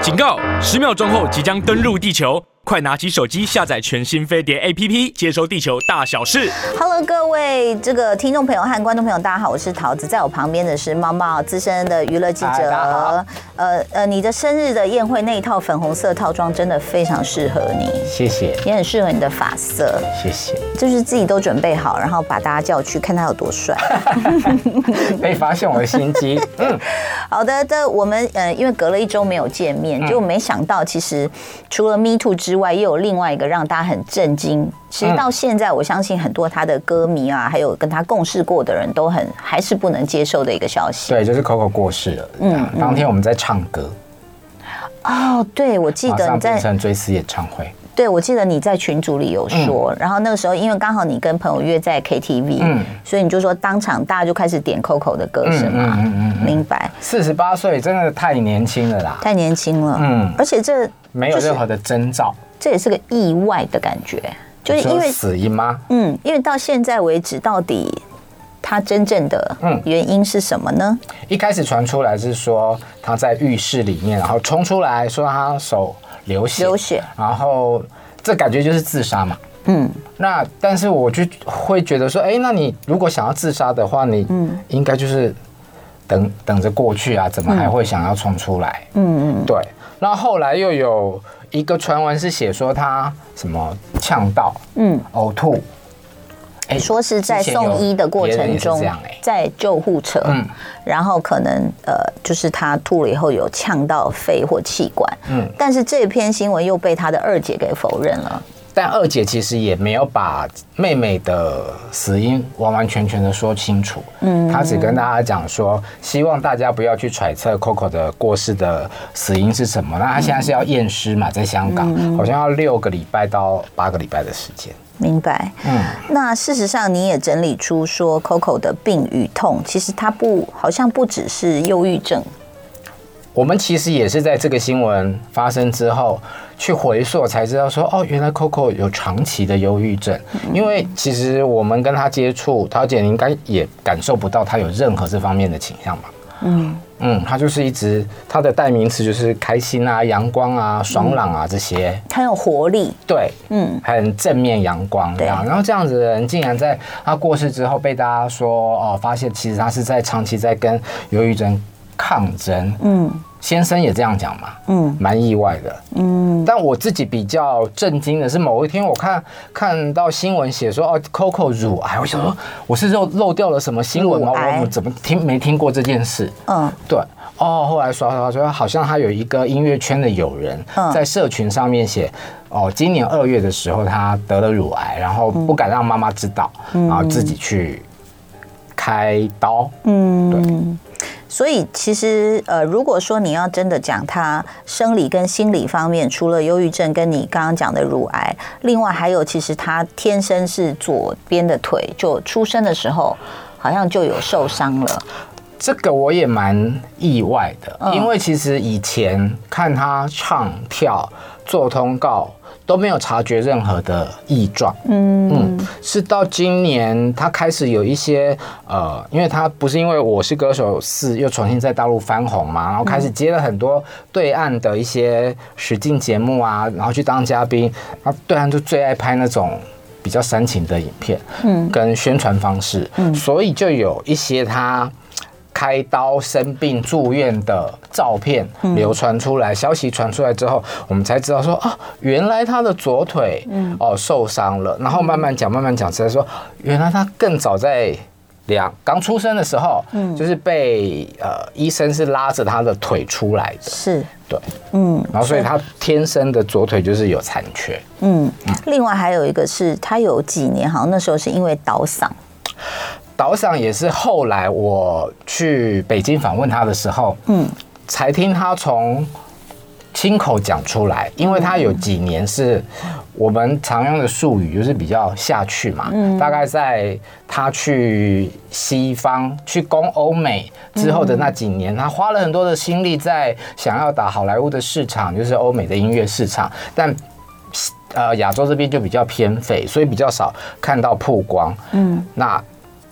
警告！10秒钟后即将登陆地球，快拿起手机下载全新飞碟 APP， 接收地球大小事。 Hello， 各位这个听众朋友和观众朋友，大家好，我是桃子，在我旁边的是猫猫，资深的娱乐记者。你的生日的宴会那一套粉红色套装真的非常适合你， 谢谢， 也很适合你的发色， 谢谢。 就是自己都准备好，然后把大家叫去看他有多帅。 被发现我的心机。 好的，我们因为隔了1周没有见面，就没想到其实除了 Me Too 之外，又有另外一个让大家很震惊。其实到现在，我相信很多他的歌迷啊，还有跟他共事过的人都还是不能接受的一个消息。 对，就是 Coco 过世了。当天我们在唱歌。 哦，对，我记得你在变成追思演唱会。 对，我记得你在群组里有说，然后那个时候因为刚好你跟朋友约在 KTV，所以你就说当场大家就开始点 Coco 的歌，是吗？明白。 48岁真的太年轻了啦， 太年轻了。而且这没有任何的征兆， 这也是个意外的感觉，就是因为死因吗？ 因为到现在为止，到底他真正的原因是什么呢？ 一开始传出来是说他在浴室里面，然后冲出来说他手流血，然后这感觉就是自杀嘛。那但是我就会觉得说，那你如果想要自杀的话，你应该就是等着过去啊，怎么还会想要冲出来？对。那后来又有一个传闻是写说他什么呛到，呕吐。 说是在送医的过程中，在救护车，然后可能就是他吐了以后有呛到肺或气管，但是这篇新闻又被他的二姐给否认了。 但二姐其实也没有把妹妹的死因完完全全的说清楚，她只跟大家讲说，希望大家不要去揣测 Coco 的过世的死因是什么。那她现在是要验尸嘛，在香港，好像要6个礼拜到8个礼拜的时间。 明白。那事实上你也整理出说 Coco 的病与痛，其实它好像不只是忧郁症。 我们其实也是在这个新闻发生之后去回溯，才知道说，原来 Coco 有长期的忧郁症。因为其实我们跟他接触，桃姐你应该也感受不到他有任何这方面的倾向吧？他就是一直他的代名词就是开心啊、阳光啊、爽朗啊这些， 很有活力。对， 很正面阳光这样。然后这样子的人，竟然在他过世之后被大家说，发现其实他是长期在跟忧郁症抗争。先生也这样讲嘛，蛮意外的。但我自己比较震惊的是，某一天我看到新闻写说，Coco 乳癌，我想说我是漏掉了什么新闻吗？我怎么没听过这件事？对，后来刷说好像他有一个音乐圈的友人在社群上面写，今年2月的时候他得了乳癌，然后不敢让妈妈知道，然后自己去开刀。对。 所以其实如果说你要真的讲他生理跟心理方面，除了忧郁症跟你刚刚讲的乳癌，另外还有其实他天生是左边的腿，就出生的时候好像就有受伤了。 这个我也蛮意外的，因为其实以前看他唱跳做通告都没有察觉任何的异状，是到今年他开始有一些因为他不是因为我是歌手4又重新在大陆翻红嘛，然后开始接了很多对岸的一些实境节目啊，然后去当嘉宾，然后对岸就最爱拍那种比较煽情的影片，跟宣传方式，所以就有一些他开刀生病住院的照片流传出来，消息传出来之后，我们才知道说原来他的左腿受伤了，然后慢慢讲，才说原来他更早在刚出生的时候，就是被医生是拉着他的腿出来的，是，对，然后所以他天生的左腿就是有残缺， 另外还有一个是他有几年好像那时候是因为倒嗓。 导赏也是后来我去北京访问他的时候，才听他从亲口讲出来，因为他有几年是我们常用的术语，就是比较下去嘛。大概在他去西方、去攻欧美之后的那几年，他花了很多的心力在想要打好莱坞的市场，就是欧美的音乐市场，但亚洲这边就比较偏废，所以比较少看到曝光。那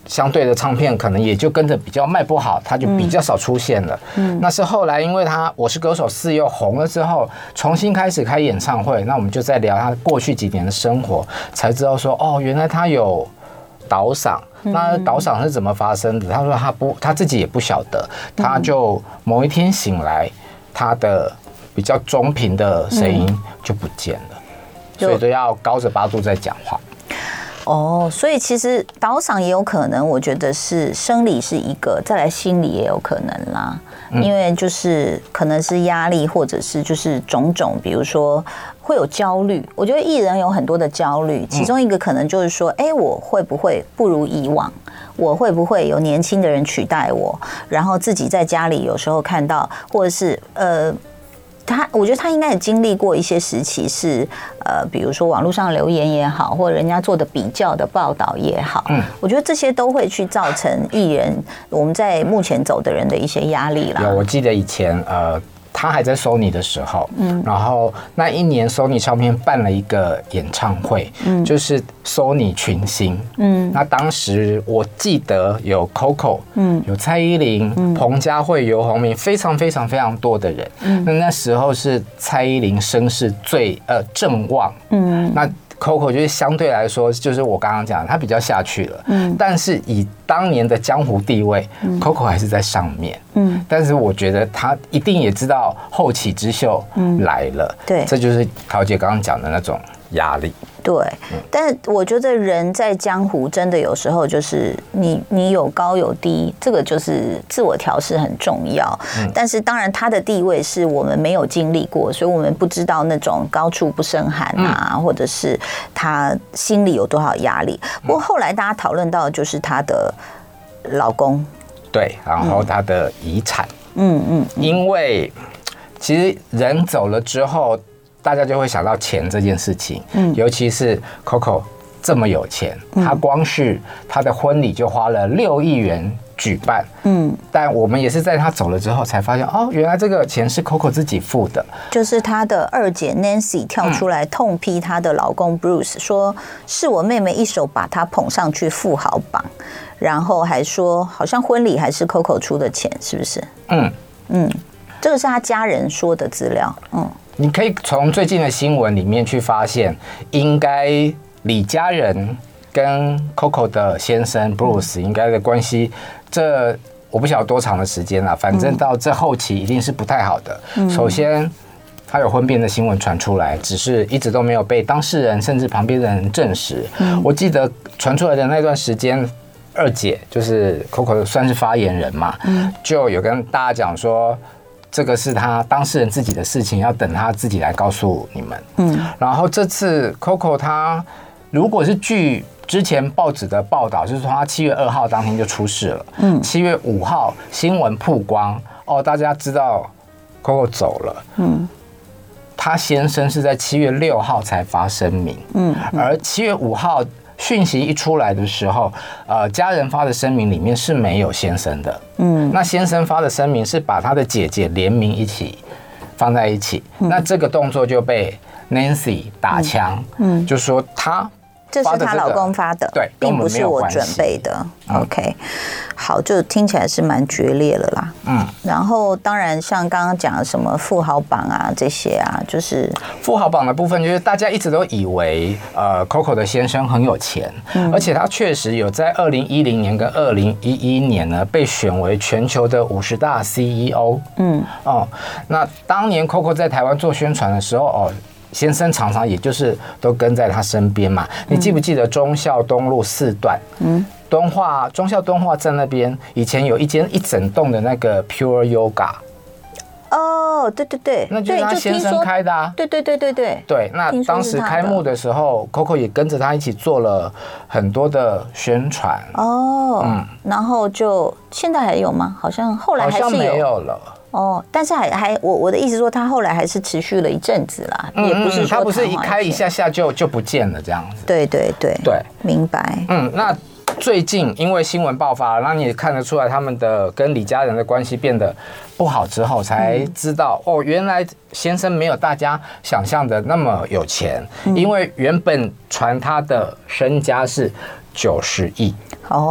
相对的唱片可能也就跟着比较卖不好，他就比较少出现了。那是后来因为他《我是歌手4》又红了之后，重新开始开演唱会，那我们就在聊他过去几年的生活，才知道说哦，原来他有倒嗓。那倒嗓是怎么发生的？他说他自己也不晓得，他就某一天醒来，他的比较中频的声音就不见了，所以都要高着8度在讲话。 哦，所以其实倒嗓也有可能，我觉得是生理是一个，再来心理也有可能啦。因为就是可能是压力，或者是就是种种，比如说会有焦虑。我觉得艺人有很多的焦虑，其中一个可能就是说，我会不会不如以往？我会不会有年轻的人取代我？然后自己在家里有时候看到，或者是我觉得他应该也经历过一些时期是，比如说网络上留言也好，或者人家做的比较的报道也好，我觉得这些都会去造成艺人我们在目前走的人的一些压力啦。 有，我记得以前他还在 Sony 的时候，然后那一年 Sony 唱片办了一个演唱会，就是 Sony 群星，那当时我记得有 Coco，有蔡依林，彭佳慧、游鸿明，非常非常非常多的人。那时候是蔡依林声势最正旺，那Coco 就是相对来说，就是我刚刚讲的，他比较下去了。但是以当年的江湖地位，Coco 还是在上面。但是我觉得他一定也知道后起之秀来了。 对， 这就是桃姐刚刚讲的那种压力。 对，但我觉得人在江湖真的有时候就是你有高有低，这个就是自我调试很重要。但是当然他的地位是我们没有经历过，所以我们不知道那种高处不胜寒啊，或者是他心里有多少压力。不过后来大家讨论到就是他的老公，对， 然后他的遗产，因为其实人走了之后，大家就会想到钱这件事情，尤其是 Coco 这么有钱，他光是他的婚礼就花了6亿元举办，但我们也是在他走了之后才发现，哦，原来这个钱是 Coco 自己付的， 就是他的二姐 Nancy 跳出来痛批她的老公 Bruce，说是我妹妹一手把他捧上去富豪榜，然后还说好像婚礼还是 Coco 出的钱，是不是？这个是他家人说的资料， 你可以从最近的新闻里面去发现，应该李家人跟 Coco 的先生 Bruce 应该的关系，这我不晓得多长的时间了，反正到这后期一定是不太好的。首先，他有婚变的新闻传出来，只是一直都没有被当事人甚至旁边的人证实。我记得传出来的那段时间，二姐就是 Coco 算是发言人嘛，就有跟大家讲说，这个是他当事人自己的事情，要等他自己来告诉你们。然后这次 Coco 他如果是据之前报纸的报道，就是说他7月2号当天就出事了。7月5号新闻曝光，大家知道 Coco 走了。他先生是在7月6号才发声明。而7月5号讯息一出来的时候，家人发的声明里面是没有先生的。那先生发的声明是把他的姐姐联名一起放在一起。那这个动作就被 Nancy 打枪，就说这是她老公发的， 对， 并不是我准备的。OK， 好，就听起来是蛮决裂了啦。然后当然像刚刚讲的什么富豪榜啊这些啊，就是富豪榜的部分，就是大家一直都以为Coco 的先生很有钱，而且他确实有在2010年跟2011年呢被选为全球的50大 CEO。那当年 Coco 在台湾做宣传的时候，先生常常也就是都跟在他身边嘛。你记不记得忠孝东路4段？忠孝敦化站那边以前有一间一整栋的那个 Pure Yoga。 对对对， 那就是他先生开的啊。 对， 那当时开幕的时候 ，Coco 也跟着他一起做了很多的宣传。 然后就现在还有吗？好像后来还是有， 好像没有了。 但是我的意思说，他后来还是持续了一阵子啦，也不是说他不是一开一下就不见了这样子。 对，明白。 那最近因为新闻爆发，让你也看得出来他们的跟李家人的关系变得不好之后，才知道原来先生没有大家想象的那么有钱，因为原本传他的身家是90亿。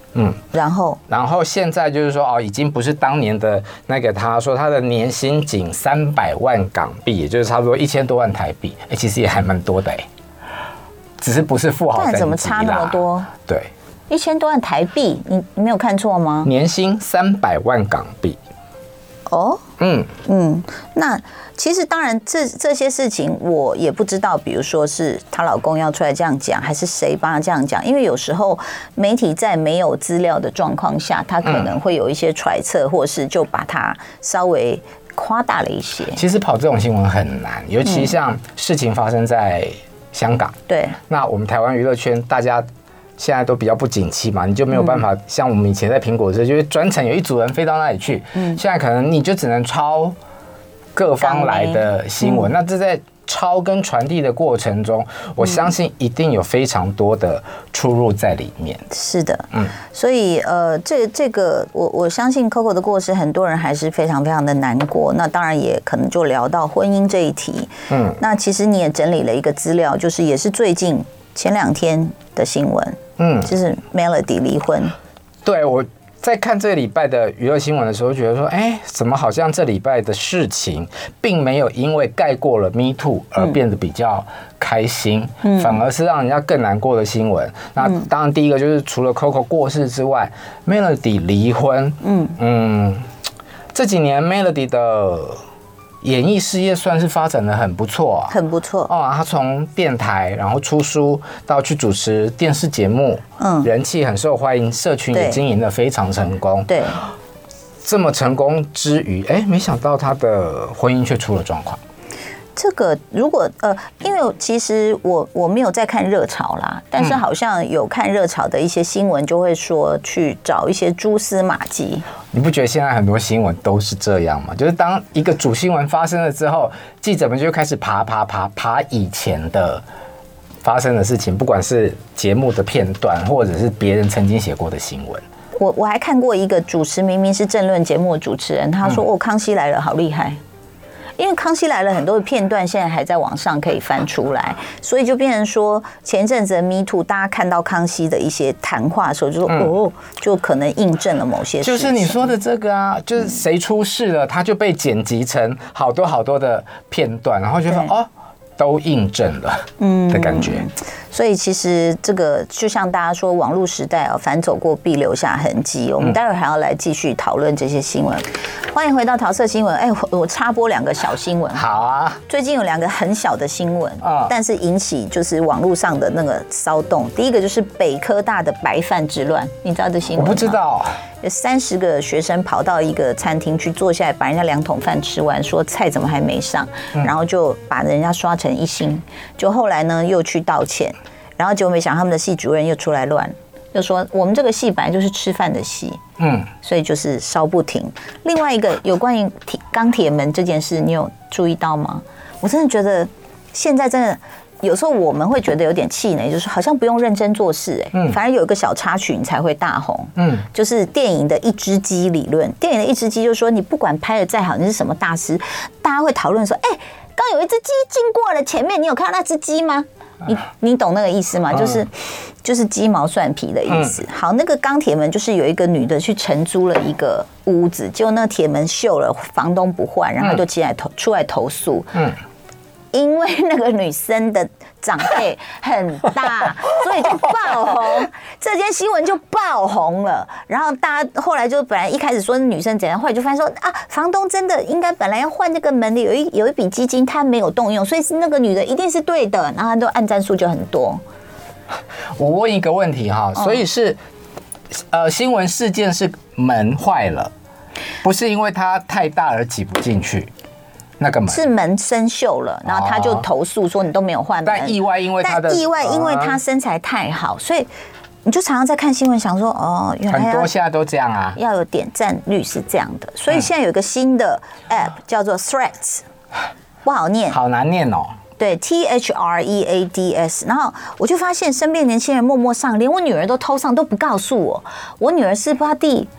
然后现在就是说已经不是当年的那个，他说他的年薪仅300万港币，也就是差不多1000多万台币，其实也还蛮多的只是不是富豪等级啦。 怎么差那么多？ 对 ，1000多万台币，你没有看错吗？ 年薪300万港币。 哦，那其实当然这些事情我也不知道，比如说是她老公要出来这样讲，还是谁帮她这样讲？因为有时候媒体在没有资料的状况下，他可能会有一些揣测，或是就把它稍微夸大了一些。 其实跑这种新闻很难，尤其像事情发生在香港， 对， 那我们台湾娱乐圈大家现在都比较不景气嘛，你就没有办法像我们以前在苹果社，就是专程有一组人飞到那里去。现在可能你就只能抄各方来的新闻。那这在抄跟传递的过程中，我相信一定有非常多的出入在里面。 是的，所以这个我相信 Coco 的过世，很多人还是非常非常的难过。那当然也可能就聊到婚姻这一题。那其实你也整理了一个资料，就是也是最近前2天的新闻。就是 Melody 离婚。对， 我在看这个礼拜的娱乐新闻的时候，觉得说，怎么好像这礼拜的事情并没有因为盖过了 Me Too 而变得比较开心，反而是让人家更难过的新闻。那当然，第一个就是除了 Coco 过世之外，Melody 离婚。这几年 Melody 的演艺事业算是发展的很不错， 很不错他从电台，然后出书，到去主持电视节目，人气很受欢迎，社群也经营的非常成功。 对， 这么成功之余，没想到他的婚姻却出了状况。 这个如果因为其实我没有在看热潮啦，但是好像有看热潮的一些新闻，就会说去找一些蛛丝马迹。你不觉得现在很多新闻都是这样吗？就是当一个主新闻发生了之后，记者们就开始爬以前的发生的事情，不管是节目的片段，或者是别人曾经写过的新闻。我还看过一个主持明明是政论节目的主持人，他说：“康熙来了好厉害。”因为康熙来了很多的片段现在还在网上可以翻出来，所以就变成说前阵子的 Me Too 大家看到康熙的一些谈话的时候就说就可能印证了某些事情。就是你说的这个啊，就是谁出事了他就被剪辑成好多的片段，然后就说都印证了的感觉。所以其实这个就像大家说网络时代反走过必留下痕迹，我们待会还要来继续讨论这些新闻。欢迎回到桃色新闻。我插播2个小新闻。好啊。最近有2个很小的新闻，但是引起就是网络上的那个骚动。第一个就是北科大的白饭之乱，你知道这新闻吗？我不知道。有30个学生跑到一个餐厅去坐下来，把人家2桶饭吃完，说菜怎么还没上，然后就把人家刷成1星。就后来呢又去道歉，然后结果没想到他们的系主任又出来乱，就说我们这个系本来就是吃饭的系，所以就是烧不停。另外一个有关于钢铁门这件事，你有注意到吗？我真的觉得现在真的。有时候我们会觉得有点气馁，就是好像不用认真做事，反而有一个小插曲你才会大红，就是电影的一只鸡理论。电影的一只鸡就是说，你不管拍的再好，你是什么大师，大家会讨论说，刚有一只鸡经过了前面，你有看到那只鸡吗？你懂那个意思吗？就是鸡毛蒜皮的意思。好，那个钢铁门就是有一个女的去承租了一个屋子，结果那个铁门锈了，房东不换，然后就出来投诉。因为那个女生的长辈很大，所以就爆红，这件新闻就爆红了。然后大家后来就本来一开始说女生怎样，后来就发现说房东真的应该本来要换那个门的，有一笔基金他没有动用，所以是那个女的一定是对的，然后他都按赞数就很多。我问一个问题哈，所以是新闻事件是门坏了，不是因为它太大而挤不进去。那个门是门生锈了，然后他就投诉说你都没有换门。但意外因为他身材太好，所以你就常常在看新闻想说原来很多现在都这样啊，要有点赞率是这样的。所以现在有一个新的 app 叫做 Threads， 不好念，好难念哦。对 ，THREADS， 然后我就发现身边年轻人默默上，连我女儿都偷上，都不告诉我。我女儿是不知道第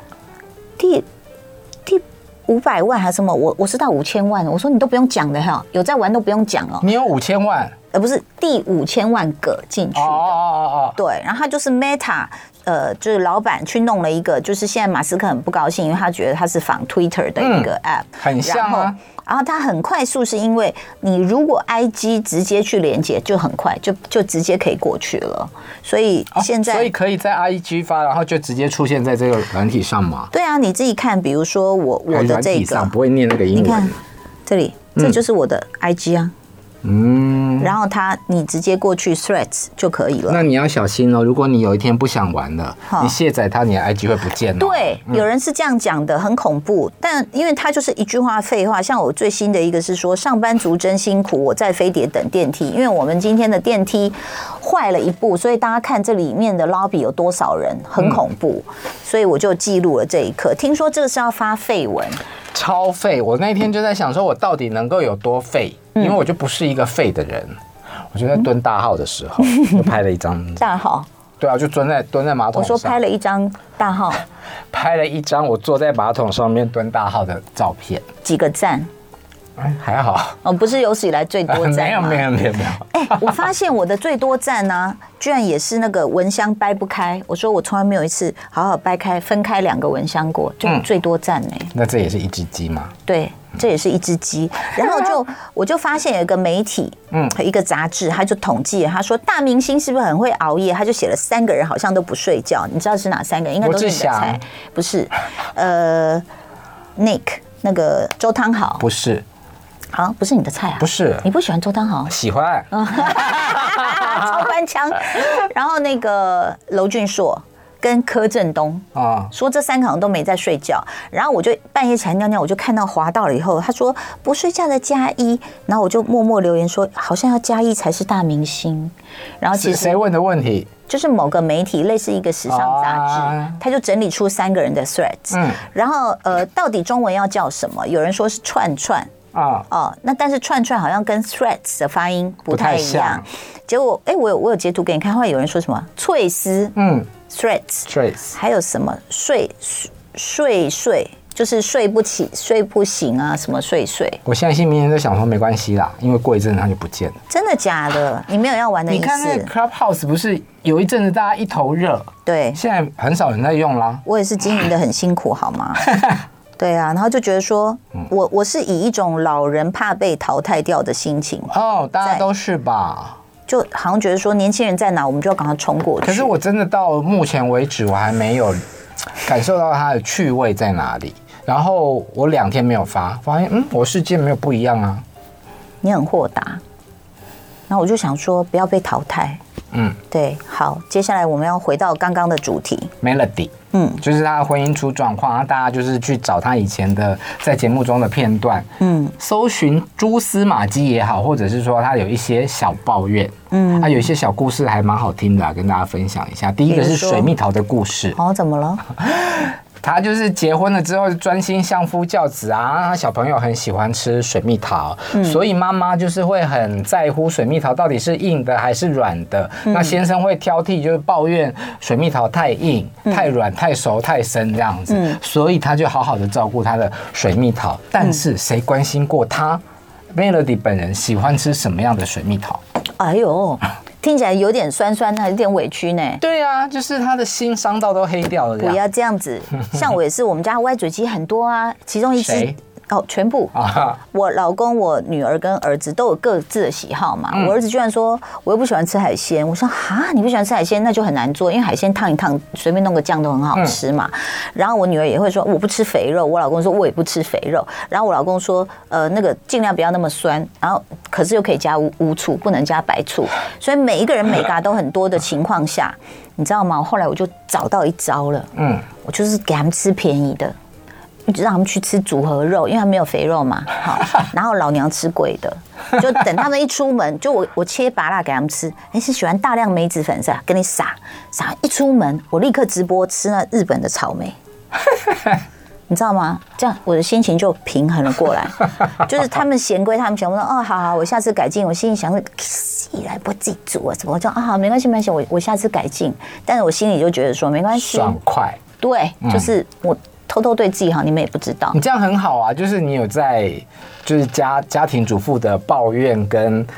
500万还是什么，我是到5000万。我说你都不用讲的哈，有在玩都不用讲哦。你有5000万？ 不是第5000万个进去的。对，然后他就是 Meta。就是老板去弄了一个，就是现在马斯克很不高兴，因为他觉得他是仿 Twitter 的一个 App， 很像啊。 然后它很快速，是因为你如果 IG 直接去连接，就很快就直接可以过去了。所以现在， 所以可以在 IG 发，然后就直接出现在这个软体上吗？ 对啊，你自己看，比如说我的这个， 不会念那个英文， 你看这里，这就是我的 IG 啊。然后你直接过去 Threads 就可以了。 那你要小心哦，如果你有一天不想玩了，你卸载它，你的 IG 会不见了。 对，有人是这样讲的，很恐怖。但因为它就是一句话废话，像我最新的一个是说，上班族真辛苦，我在飞碟等电梯，因为我们今天的电梯坏了一部，所以大家看这里面的 lobby 有多少人，很恐怖，所以我就记录了这一刻。听说这个是要发废文。 超废！我那天就在想说，我到底能够有多废？因为我就不是一个废的人。我就在蹲大号的时候，就拍了一张大号。 对啊，就蹲在马桶上。 我说拍了一张大号， 拍了一张我坐在马桶上面蹲大号的照片。 几个赞？ 还好哦，不是有史以来最多赞吗？ 没有。 我发现我的最多赞呢，居然也是那个蚊香掰不开。我说我从来没有一次好好掰开分开2个蚊香过，就最多赞呢。 那这也是一只鸡吗？ 对，这也是一只鸡。然后我就发现有一个媒体，一个杂志，他就统计了，他说大明星是不是很会熬夜？他就写了3个人好像都不睡觉，你知道是哪3个人？应该都是你的菜，不是？Nick 那个周汤豪不是。 好，不是你的菜啊？ 不是， 你不喜欢周汤豪？ 喜欢， 超官腔。然后那个娄俊硕跟柯震东说这3个好像都没在睡觉。然后我就半夜起来尿尿，我就看到滑到了以后，他说不睡觉的+1，然后我就默默留言说，好像要+1才是大明星。然后其实谁问的问题？ 就是某个媒体，类似一个时尚杂志，他就整理出3个人的 threads。然后到底中文要叫什么？有人说是串。那但是串好像跟 threads 的发音不太一样。结果我有截图给你看，后来有人说什么翠丝，threads，还有什么睡，就是睡不起、睡不醒啊，什么睡。 我现在心里面在想说没关系啦，因为过一阵子它就不见了。 真的假的？你没有要玩的意思？ 你看那 Clubhouse 不是有一阵子大家一头热， 对， 现在很少人在用啦。 我也是经营的很辛苦，好吗？对啊，然后就觉得说，我是以一种老人怕被淘汰掉的心情大家都是吧？ 就好像觉得说，年轻人在哪，我们就要赶快冲过去。 可是我真的到目前为止，我还没有感受到它的趣味在哪里。然后我2天没有发现我世界没有不一样啊。 你很豁达，然后我就想说，不要被淘汰。对，好，接下来我们要回到刚刚的主题 ，Melody，就是他的婚姻出状况，大家就是去找他以前的在节目中的片段，搜寻蛛丝马迹也好，或者是说他有一些小抱怨，他有一些小故事还蛮好听的，跟大家分享一下。第一个是水蜜桃的故事。 怎么了？ 他就是结婚了之后专心相夫教子啊，他小朋友很喜欢吃水蜜桃，所以妈妈就是会很在乎水蜜桃到底是硬的还是软的。那先生会挑剔，就是抱怨水蜜桃太硬、太软、太熟、太生这样子，所以他就好好的照顾他的水蜜桃。但是谁关心过他 Melody 本人喜欢吃什么样的水蜜桃？ 哎呦！听起来有点酸酸的，有点委屈呢。 对啊，就是他的心伤到都黑掉了。 不要这样子，像我也是，我们家歪嘴鸡很多啊，其中一只全部。我老公、我女儿跟儿子都有各自的喜好嘛。我儿子居然说我又不喜欢吃海鲜，我说你不喜欢吃海鲜，那就很难做，因为海鲜烫一烫，随便弄个酱都很好吃嘛。然后我女儿也会说我不吃肥肉，我老公说我也不吃肥肉。然后我老公说那个尽量不要那么酸，然后可是又可以加乌醋，不能加白醋。所以每一个人每嘎都很多的情况下，你知道吗？后来我就找到一招了，我就是给他们吃便宜的。让他们去吃组合肉，因为他没有肥肉嘛。好，然后老娘吃贵的，就等他们一出门，就我切芭乐给他们吃。是喜欢大量梅子粉是吧？给你撒，一出门我立刻直播吃那日本的草莓，你知道吗？这样我的心情就平衡了过来。就是他们嫌归他们嫌，我说好，我下次改进。我心里想说，一来不自己煮啊，怎么就好没关系，我下次改进。但是我心里就觉得说没关系， 爽快。 对，就是我。偷偷对自己好，你们也不知道。 你这样很好啊，就是你有在，就是家庭主妇的抱怨跟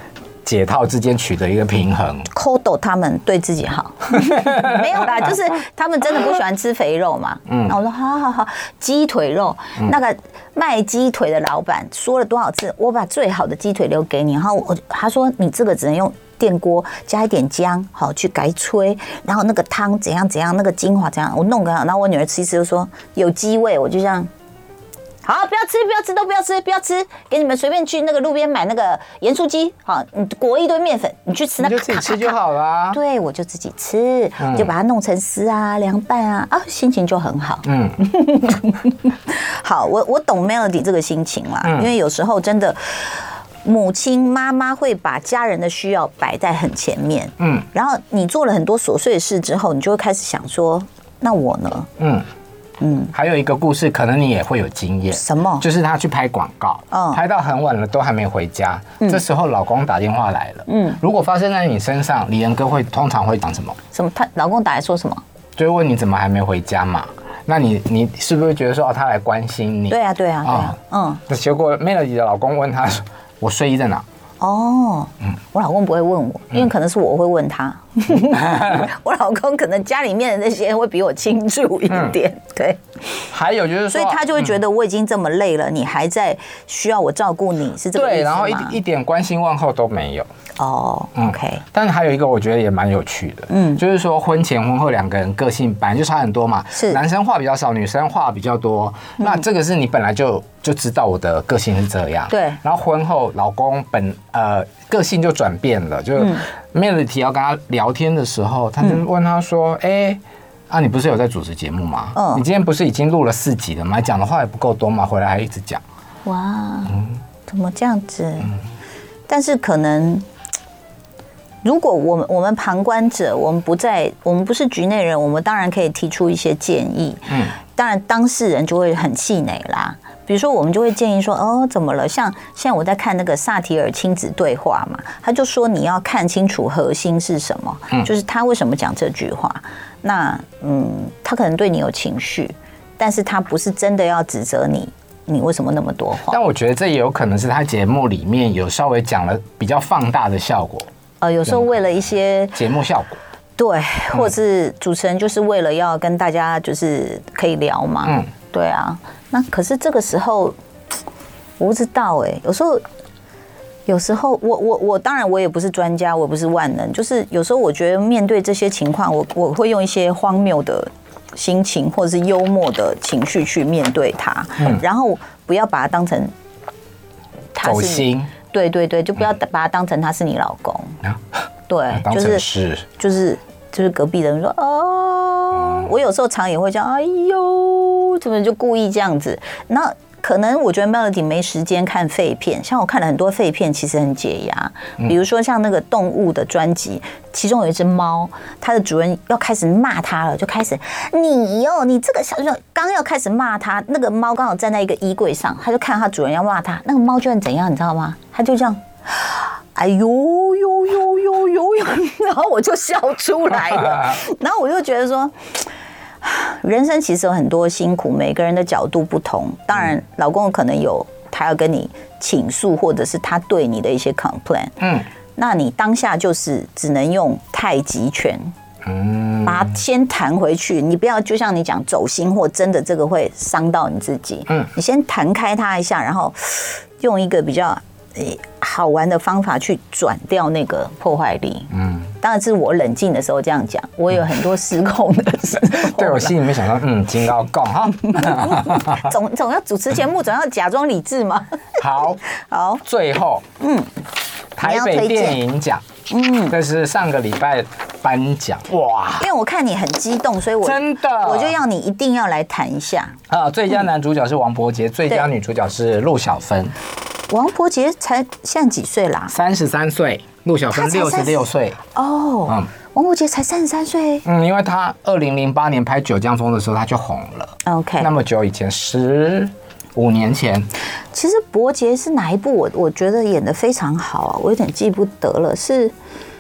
解套之间取得一个平衡。 Kodo 他们对自己好，没有啦，就是他们真的不喜欢吃肥肉嘛。然后我说好，鸡腿肉，那个卖鸡腿的老板说了多少次，我把最好的鸡腿留给你，然后他说你这个只能用电锅加一点姜，好去改吹，然后那个汤怎样怎样，那个精华怎样，我弄个好，然后我女儿吃一吃就说有鸡味，我就这样。好，不要吃，都不要吃，给你们随便去那个路边买那个盐酥鸡，好，你裹一堆面粉，你去吃那个， 你就自己吃就好了。 对，我就自己吃，就把它弄成丝啊、凉拌啊，心情就很好。好，我懂 Melody 这个心情啦，因为有时候真的。母亲妈妈会把家人的需要摆在很前面，然后你做了很多琐碎的事之后，你就会开始想说，那我呢？ 还有一个故事，可能你也会有经验。 什么？ 就是他去拍广告，拍到很晚了都还没回家，这时候老公打电话来了，如果发生在你身上，李仁哥通常会讲什么？ 什么？他老公打来说什么？ 就会问你怎么还没回家嘛？那你是不是觉得说他来关心你？ 对啊， 那结果 Melody 的老公问他说。我睡衣在哪？ 我老公不会问我，因为可能是我会问他。我老公可能家里面的那些会比我清楚一点，对。 还有就是说， 所以他就会觉得我已经这么累了，你还在需要我照顾你，是这个意思吗？ 对，然后一点关心问候都没有。 OK。 但是还有一个我觉得也蛮有趣的，就是说婚前婚后两个人个性本来就差很多嘛，是男生话比较少，女生话比较多。那这个是你本来就知道我的个性是这样， 对。 然后婚后老公个性就转变了，就 Melody 要跟他聊天的时候，他就问他说：“你不是有在主持节目吗？你今天不是已经录了4集了吗？讲的话也不够多吗？回来还一直讲。” 哇，怎么这样子？但是可能。如果我们旁观者，我们不是局内人，我们当然可以提出一些建议。当然当事人就会很气馁啦。比如说，我们就会建议说，怎么了？像现在我在看那个萨提尔亲子对话嘛，他就说你要看清楚核心是什么，就是他为什么讲这句话。那他可能对你有情绪，但是他不是真的要指责你为什么那么多话。 但我觉得这也有可能是他节目里面有稍微讲了比较放大的效果。 有时候为了一些节目效果， 对，或者是主持人就是为了要跟大家就是可以聊嘛，对啊。那可是这个时候我不知道有时候我当然我也不是专家，我也不是万能，就是有时候我觉得面对这些情况，我会用一些荒谬的心情或者是幽默的情绪去面对它，然后不要把它当成走心。 对，就不要把他当成他是你老公，对，就是隔壁的人说我有时候常也会讲，哎呦，怎么就故意这样子？那可能我觉得 Melody 没时间看废片，像我看了很多废片，其实很解压。比如说像那个动物的专辑，其中有一只猫，它的主人要开始骂它了，就开始你这个小熊，刚要开始骂它，那个猫刚好站在一个衣柜上，它就看它主人要骂它，那个猫居然怎样，你知道吗？它就这样。哎呦，然后我就笑出来了，然后我就觉得说，人生其实有很多辛苦，每个人的角度不同。当然，老公可能有他要跟你倾诉，或者是他对你的一些 complain。那你当下就是只能用太极拳，把它先弹回去。你不要就像你讲走心，或真的这个会伤到你自己。你先弹开它一下，然后用一个比较好玩的方法去转掉那个破坏力。当然是我冷静的时候这样讲，我有很多失控的时候。 对，我心里面想说，金高杠哈。 总要主持节目，总要假装理智嘛。 好，最后，台北电影奖，这是上个礼拜颁奖，哇！ 因为我看你很激动，所以我就要你一定要来谈一下。 最佳男主角是王柏杰，最佳女主角是陆小芬。 王柏杰现在几岁啦 ？33岁，陆小芬66岁。 王柏杰才33岁。 因为他2008年拍《九江风》的时候他就红了。 OK， 那么久以前15年前。 其实柏杰是哪一部？我觉得演得非常好啊，我有点记不得了。是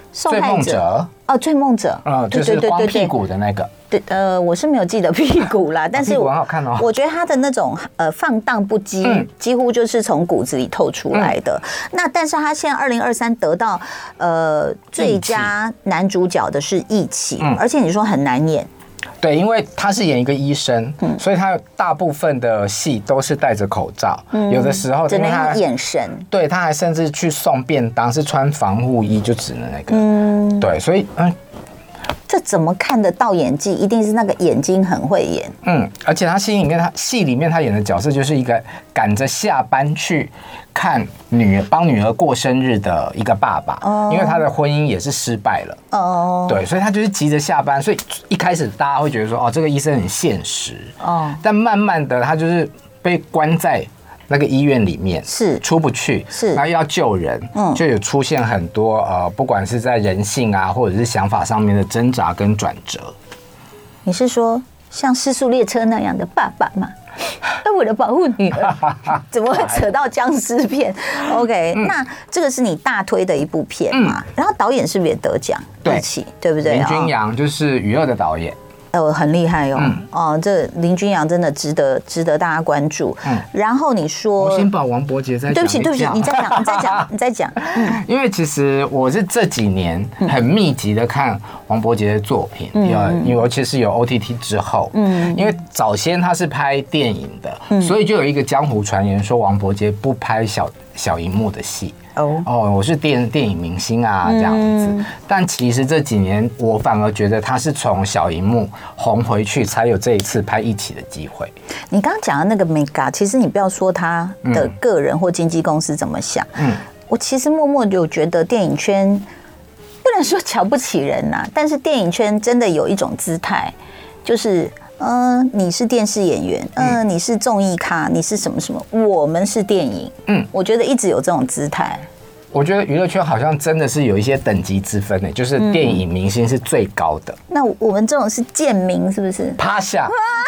受害者哦，追梦者， 就是光屁股的那个。 对，我是没有记得屁股啦，但是屁股很好看哦。 我觉得他的那种放荡不羁，几乎就是从骨子里透出来的。那但是他现在2023得到最佳男主角的是一起，而且你说很难演。 对，因为他是演一个医生，所以他大部分的戏都是戴着口罩，有的时候只能用眼神。 对，他还甚至去送便当是穿防护衣，就只能那个。对，所以这怎么看得到演技？一定是那个眼睛很会演。 而且他戏里面他演的角色就是一个赶着下班去看帮女儿过生日的一个爸爸，因为他的婚姻也是失败了。对，所以他就是急着下班，所以一开始大家会觉得说，这个医生很现实。但慢慢的他就是被关在那个医院里面，是出不去，是然后要救人，就有出现很多不管是在人性啊，或者是想法上面的挣扎跟转折。 你是说像《失速列车》那样的爸爸吗？为了保护女儿，怎么会扯到僵尸片 ？OK， 那这个是你大推的一部片嘛？然后导演是不是也得奖？对不对？ 林君阳就是《雨二》的导演。 很厉害哦，这林君阳真的值得大家关注。然后你说， 我先把王柏傑再讲。 对不起，你再讲。 因为其实我是这几年很密集的看王柏傑的作品，尤其是有 OTT 之后，因为早先他是拍电影的，所以就有一个江湖传言说王柏傑不拍小荧幕的戏。我是电影明星啊，这样子。但其实这几年我反而觉得他是从小荧幕红回去，才有这一次拍一起的机会。 你刚刚讲的那个 Mega， 其实你不要说他的个人或经纪公司怎么想，我其实默默就觉得电影圈不能说瞧不起人呐，但是电影圈真的有一种姿态，就是你是电视演员，你是综艺咖，你是什么什么，我们是电影，我觉得一直有这种姿态。 我觉得娱乐圈好像真的是有一些等级之分的，就是电影明星是最高的。 那我们这种是贱民，是不是？ 趴下。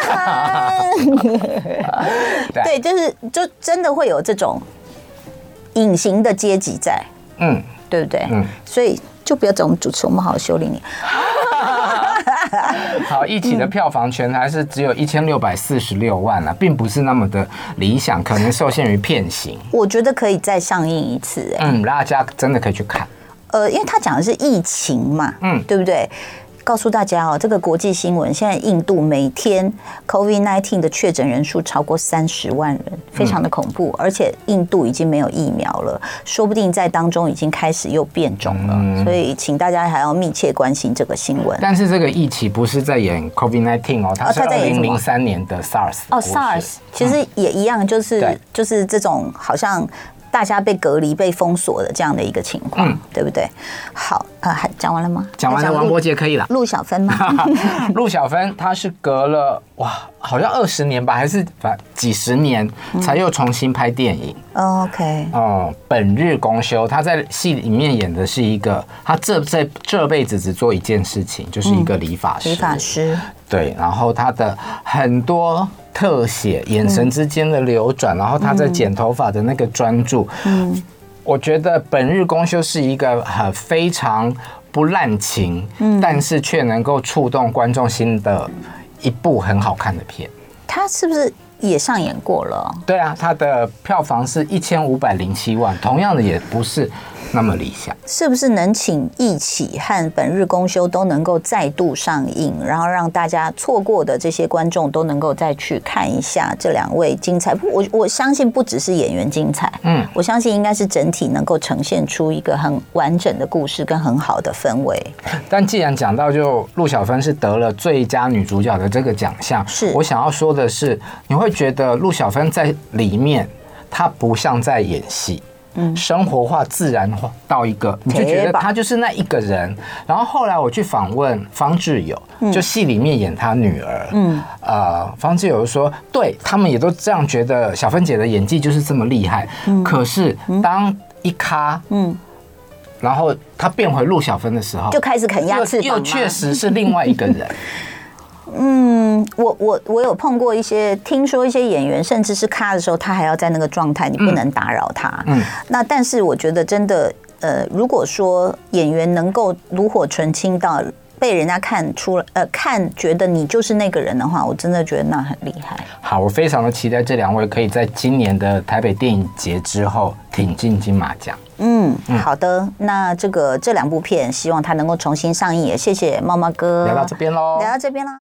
对，就真的会有这种隐形的阶级在，对不对？所以就不要找我们主持，我们好好修理你。 好，一起的票房全台是只有1646万啊，并不是那么的理想，可能受限于片型。 我觉得可以再上映一次， 大家真的可以去看。 因为他讲的是疫情嘛，对不对？告诉大家这个国际新闻，现在印度每天 COVID-19 的确诊人数超过30万人，非常的恐怖，而且印度已经没有疫苗了，说不定在当中已经开始又变种了，所以请大家还要密切关心这个新闻。 但是这个疫情不是在演 COVID-19 它是2003年的 SARS。 SARS 其实也一样，就是这种好像大家被隔离、被封锁的这样的一个情况，对不对？好，还讲完了吗？ 讲完了，王柏傑可以了。 陆小芬吗？ 陆小芬她是隔了好像20年吧，还是几十年才又重新拍电影。 OK。 本日公休，她在戏里面演的是一个，她这辈子只做一件事情，就是一个理发师。 理发师。 对，然后她的很多特写，眼神之间的流转，然后他在剪头发的那个专注，我觉得本日公休是一个非常不滥情，但是却能够触动观众心的一部很好看的片。 他是不是也上演过了？ 对啊，他的票房是1507万，同样的也不是那么理想。 是不是能请一起和本日公休都能够再度上映，然后让大家错过的这些观众都能够再去看一下这两位精彩？我相信不只是演员精彩，我相信应该是整体能够呈现出一个很完整的故事跟很好的氛围。 但既然讲到就陆小芬是得了最佳女主角的这个奖项，是我想要说的是，你会觉得陆小芬在里面她不像在演戏。生活化、自然化到一个，你就觉得他就是那一个人。然后后来我去访问方志友，就戏里面演他女儿，方志友就说，对他们也都这样觉得，小芬姐的演技就是这么厉害。可是当一咖，然后他变回陆小芬的时候， 就开始啃鸭翅膀， 又确实是另外一个人。 我有碰过听说一些演员，甚至是咖的时候，他还要在那个状态，你不能打扰他。那但是我觉得真的， 如果说演员能够炉火纯青到被人家看出觉得你就是那个人的话，我真的觉得那很厉害。 好，我非常的期待这2位可以在今年的台北电影节之后挺进金马奖。 好的，那这2部片希望它能够重新上映，也谢谢猫猫哥。 聊到这边喽， 聊到这边啦。